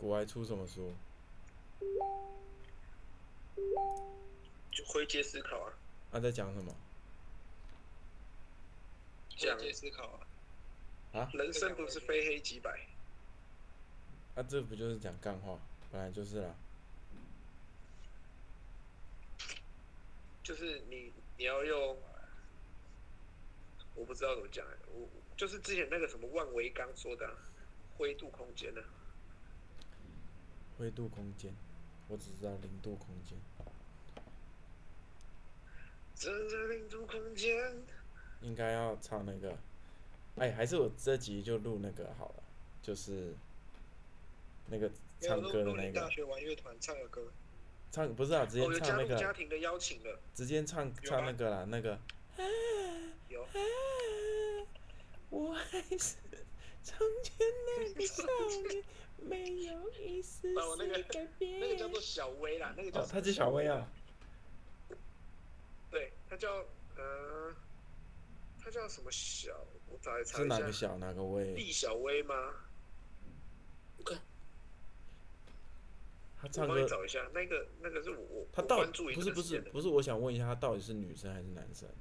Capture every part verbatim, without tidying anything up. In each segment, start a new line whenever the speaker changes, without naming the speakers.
古埃出什么书？
就灰阶思考啊。
他、啊、在讲什么？
讲灰阶思考啊。
啊？
人生不是非黑即白。
啊，这不就是讲干话？本来就是啦。
就是你你要用，我不知道怎么讲、欸，我就是之前那个什么万维刚说的、啊、灰度空间呢、啊。
灰度空间，我只知道零度空间。
站在零度空间。
应该要唱那个，哎，还是我这集就录那个好了，就是那个唱歌的那个。
大学玩乐团唱的歌。
唱不是啊，直接唱那个。
哦、有加入家庭的邀请了。
直接唱唱那个啦，那个。
有。
我还是从前那个少年，没有一丝丝改变。
那个叫做小薇啦，那个叫
哦，他叫小薇啊。
对，他叫呃，他叫什么小？我找一查一下。
是哪个小哪个薇？
厉小薇吗？看。
他唱歌。
我帮你找一下，那个那个是我我
他到
关注一
不是不是不是，我想问一下，他到底是女生还是男生？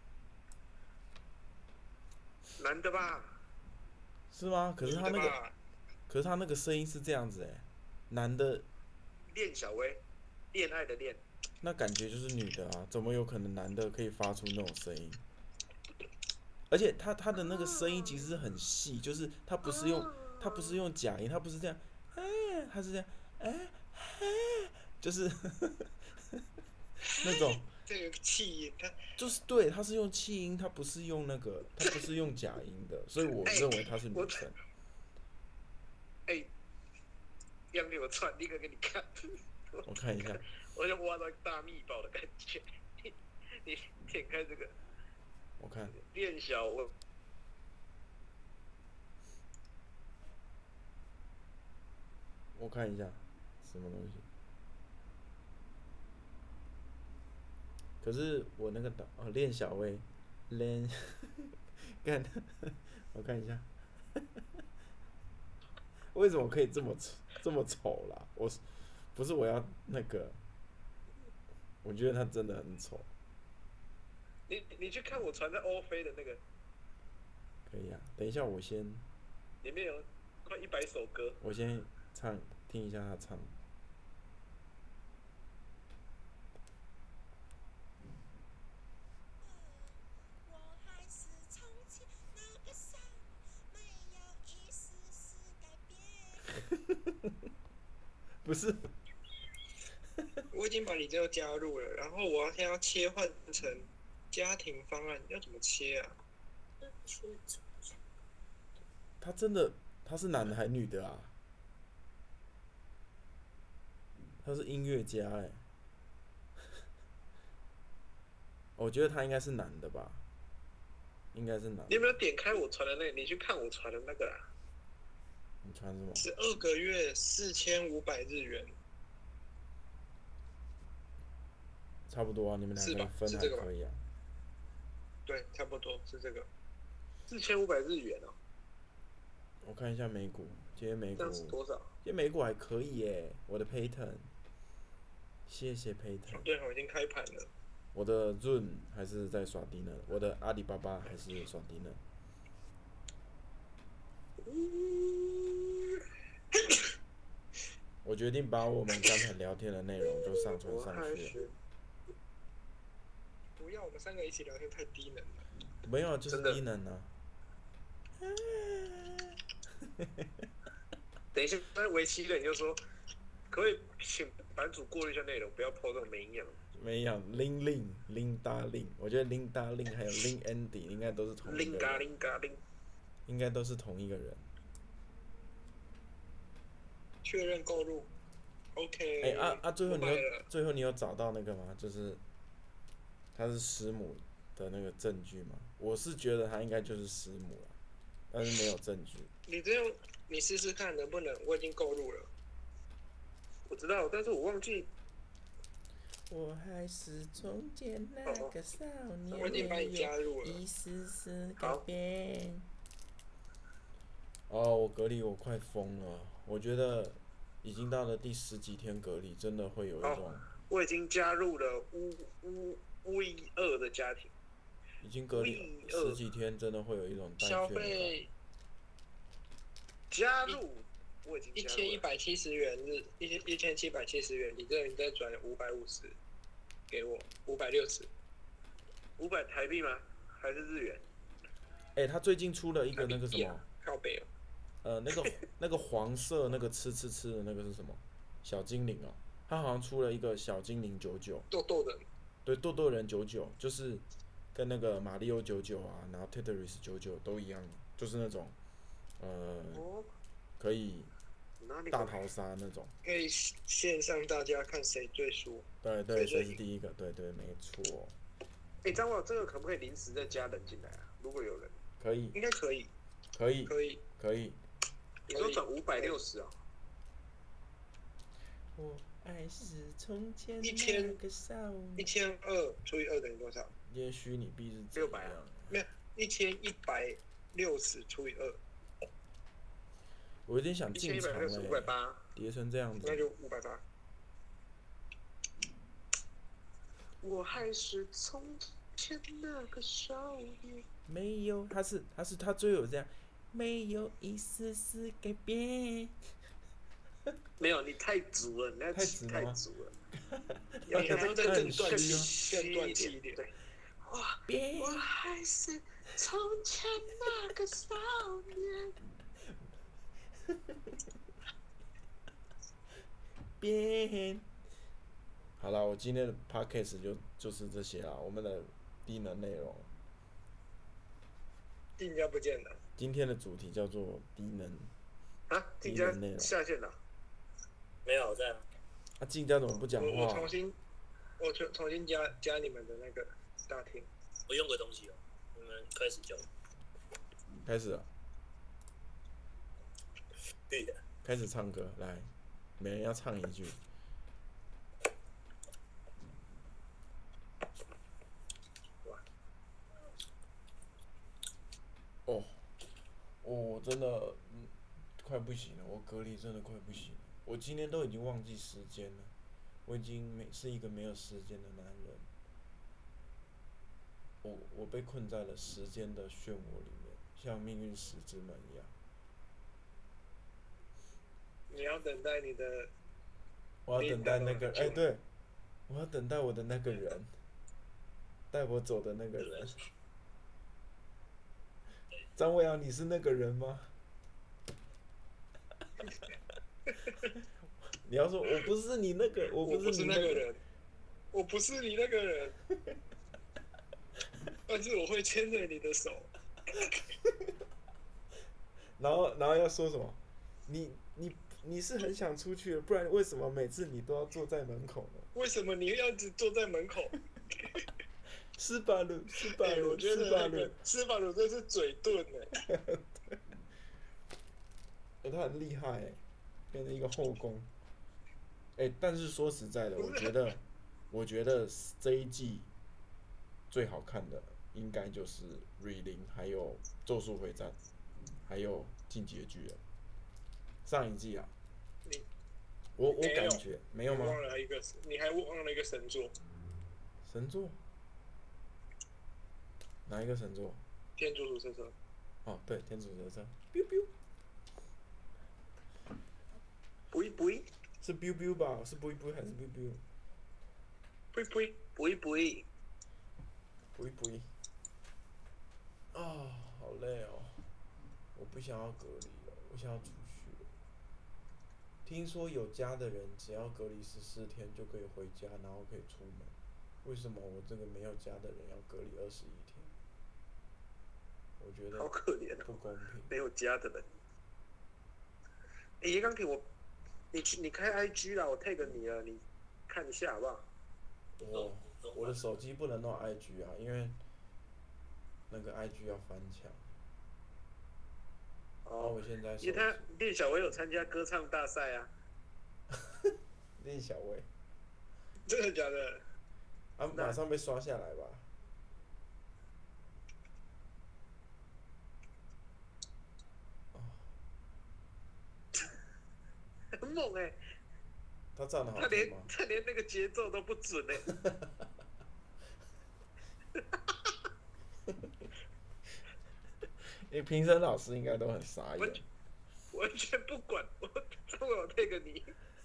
男的吧？
是吗？可是他那个，可是他那个声音是这样子哎、欸，男的。
恋小薇，恋爱的恋。
那感觉就是女的啊，怎么有可能男的可以发出那种声音？而且他他的那个声音其实很细，就是他不是用他不是用假音，他不是这样，哎，他是这样，哎哎，就是那种。
这个气音，他
就是对，他是用气音，他不是用那个，他不是用假音的，所以我认为他是女生。
哎、欸，让给我传，立刻给你看。
我看一下。
我就挖到大秘宝的感觉。你你点开这个。
我看。
恋小薇。
我看一下，什么东西？可是我那个导哦，练小薇，练，干，我看一下，为什么可以这么这么丑啦？我不是我要那个，我觉得他真的很丑。
你你去看我传在欧菲的那个。
可以啊，等一下我先。
里面有快一百首歌。
我先唱听一下他唱。不是。
我已经把你这个加入了，然后我要现在要切换成家庭方案，要怎么切啊？
他真的，他是男的还是女的啊？他是音乐家哎、欸，我觉得他应该是男的吧，应该是男的。
你有没有点开我传的那个？你去看我传的那个啦。
你传什么？
十二个月四千五百日元。
差不多啊，你们两个分还可以啊。
对，差不多是这个。四千五百日元哦。
我看一下美股，今天美股
多少？
今天美股还可以耶，我的 Payton， 谢谢 Payton。
对，我已经开盘了。
我的 Zoom 还是在耍低呢，我的阿里巴巴还是耍低呢。我决定把我们刚才聊天的内容就上传上去了。
不要，我们三个一起聊天太低能了。
没有，就是低能啊。
等一下，那为期的你就说，可不可以请版主过滤一下内容，不要 po 这种没营养。
没有 ，Ling Ling Linda Ling， 我觉得 Linda Ling 还有 Ling Andy 应该都是同一个人。
Linga Linga Ling，
应该都是同一个人。
确认购入 ，OK。
哎、欸、啊啊！最后你有最后你有找到那个吗？就是他是师母的那个证据吗？我是觉得他应该就是师母啦，但是没有证据。
你这样，你试试看能不能？我已经购入了。我知道，但是我忘记。
我还是从前那个少年，
我已经把你加入了。
一丝丝改变。哦，我隔离我快疯了，我觉得已经到了第十几天隔离，真的会有一种。
哦，我已经加入了乌乌乌一二的家庭。
已经隔离十几天，真的会有一种带
消
券感。
费
加入，我已经
一千一百七十元日，一千一千七百七十元，你这你再转五百五十给我，五百六十，
五百台币吗？还是日元？
哎、欸，他最近出了一个那个什么，
靠北哦。
呃，那个那个黄色那个吃吃吃的那个是什么？小精灵哦，他好像出了一个小精灵九九。
豆豆人。
对，豆豆人九九，就是跟那个马里奥九九啊，然后 Tetris 九九都一样，就是那种，呃，
哦、
可以大逃杀那种。
可以线上大家看谁最输。
对对，谁是第一个？对对，没错。
哎、欸，张网这个可不可以临时再加人进来啊？如果有人。
可以。
应该可以。
可以。
可以。
可以。
你说转五百六十啊？
我爱是从前
一千
个少年。
一千二除以二等于多少？
也许你必是
六百啊？
没有，一千一百六十除以二。
我有点想进场嘞、欸。
五百八。
叠成这样子。
那就五百八。
我还是从前那个少年。
没有，他是他是他最有这样，没有一丝丝改变。
没有，你太足了，你那
太足了，
太足了。
要要再更断气，更断气一点。
对。
哇，
我还是从前那个少年。
变。好了，我今天的 podcast 就就是这些啦，我们的低能内容。
定价不见了。
今天的主题叫做低能。
啊，定价下线了。
没有在。
啊，静佳怎么不讲话？
我我重新，我重重新加加你们的那个大厅。
我用个东西哦，你们开始教。
开始了。
对的。
开始唱歌，来，每人要唱一句。哦，我真的、嗯、快不行了，我隔离真的快不行了。我今天都已经忘记时间了，我已经没是一个没有时间的男人。我我被困在了时间的漩涡里面，像命运石之门一样。
你要等待你的。
我要等待那个，哎、欸，对，我要等待我的那个人，带我走的那个人。张伟阳，你是那个人吗？你要说我不是你那个，我不
是你那个人，我不是你那个人，但是我会牵着你的手。
然后，然后要说什么？你你你是很想出去的，不然为什么每次你都要坐在门口呢？
为什么你要一直坐在门口？
斯巴鲁，斯巴鲁，
我觉得那个斯巴鲁真是嘴遁哎。
哎，他很厉害哎，变成一个后宫。哎，但是说实在的，我觉得，我觉得这一季最好看的应该就是《瑞灵》，还有《咒术回战》，还有《进击的巨人》。上一季啊，
你
我我感觉没有吗？
忘了一个，你还忘了一个神作。
神作？哪一个神作？
天竺鼠车车。
哦，对，天竺鼠车车。biu biu。
不一不一。
是 biu biu 吧？是不一不一还是 biu biu？
不一不一
不一不一。
不一不一。啊，好累哦！我不想要隔离了，我想要出去了。听说有家的人只要隔离十四天就可以回家，然后可以出门。为什么我这个没有家的人要隔离二十一天？我觉得
好可怜
不公平。
没有家的人。哎、欸，钢铁我，你你开 I G 啦，我 tag 你了，你看一下好不好？
我我的手机不能弄 I G 啊，因为那个 I G 要翻墙。哦，我现在手机。
因为他练小薇有参加歌唱大赛啊。
练小薇。
真的假的？
啊，马上被刷下来吧。
很猛哎、
他唱的好
他连
听吗？
他连那个节奏都不准哎、
因为评审老师应该都很傻眼
完。全完全不管，我这我有 take 你。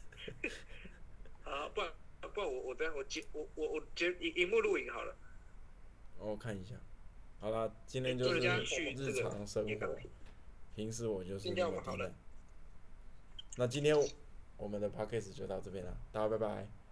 好，不然不然我我等下我截我我我截荧荧幕录影好了。
我看一下。好啦，今天就是日常生活。平时我就是那么低能。那今天我们的 podcast 就到这边了，大家拜拜。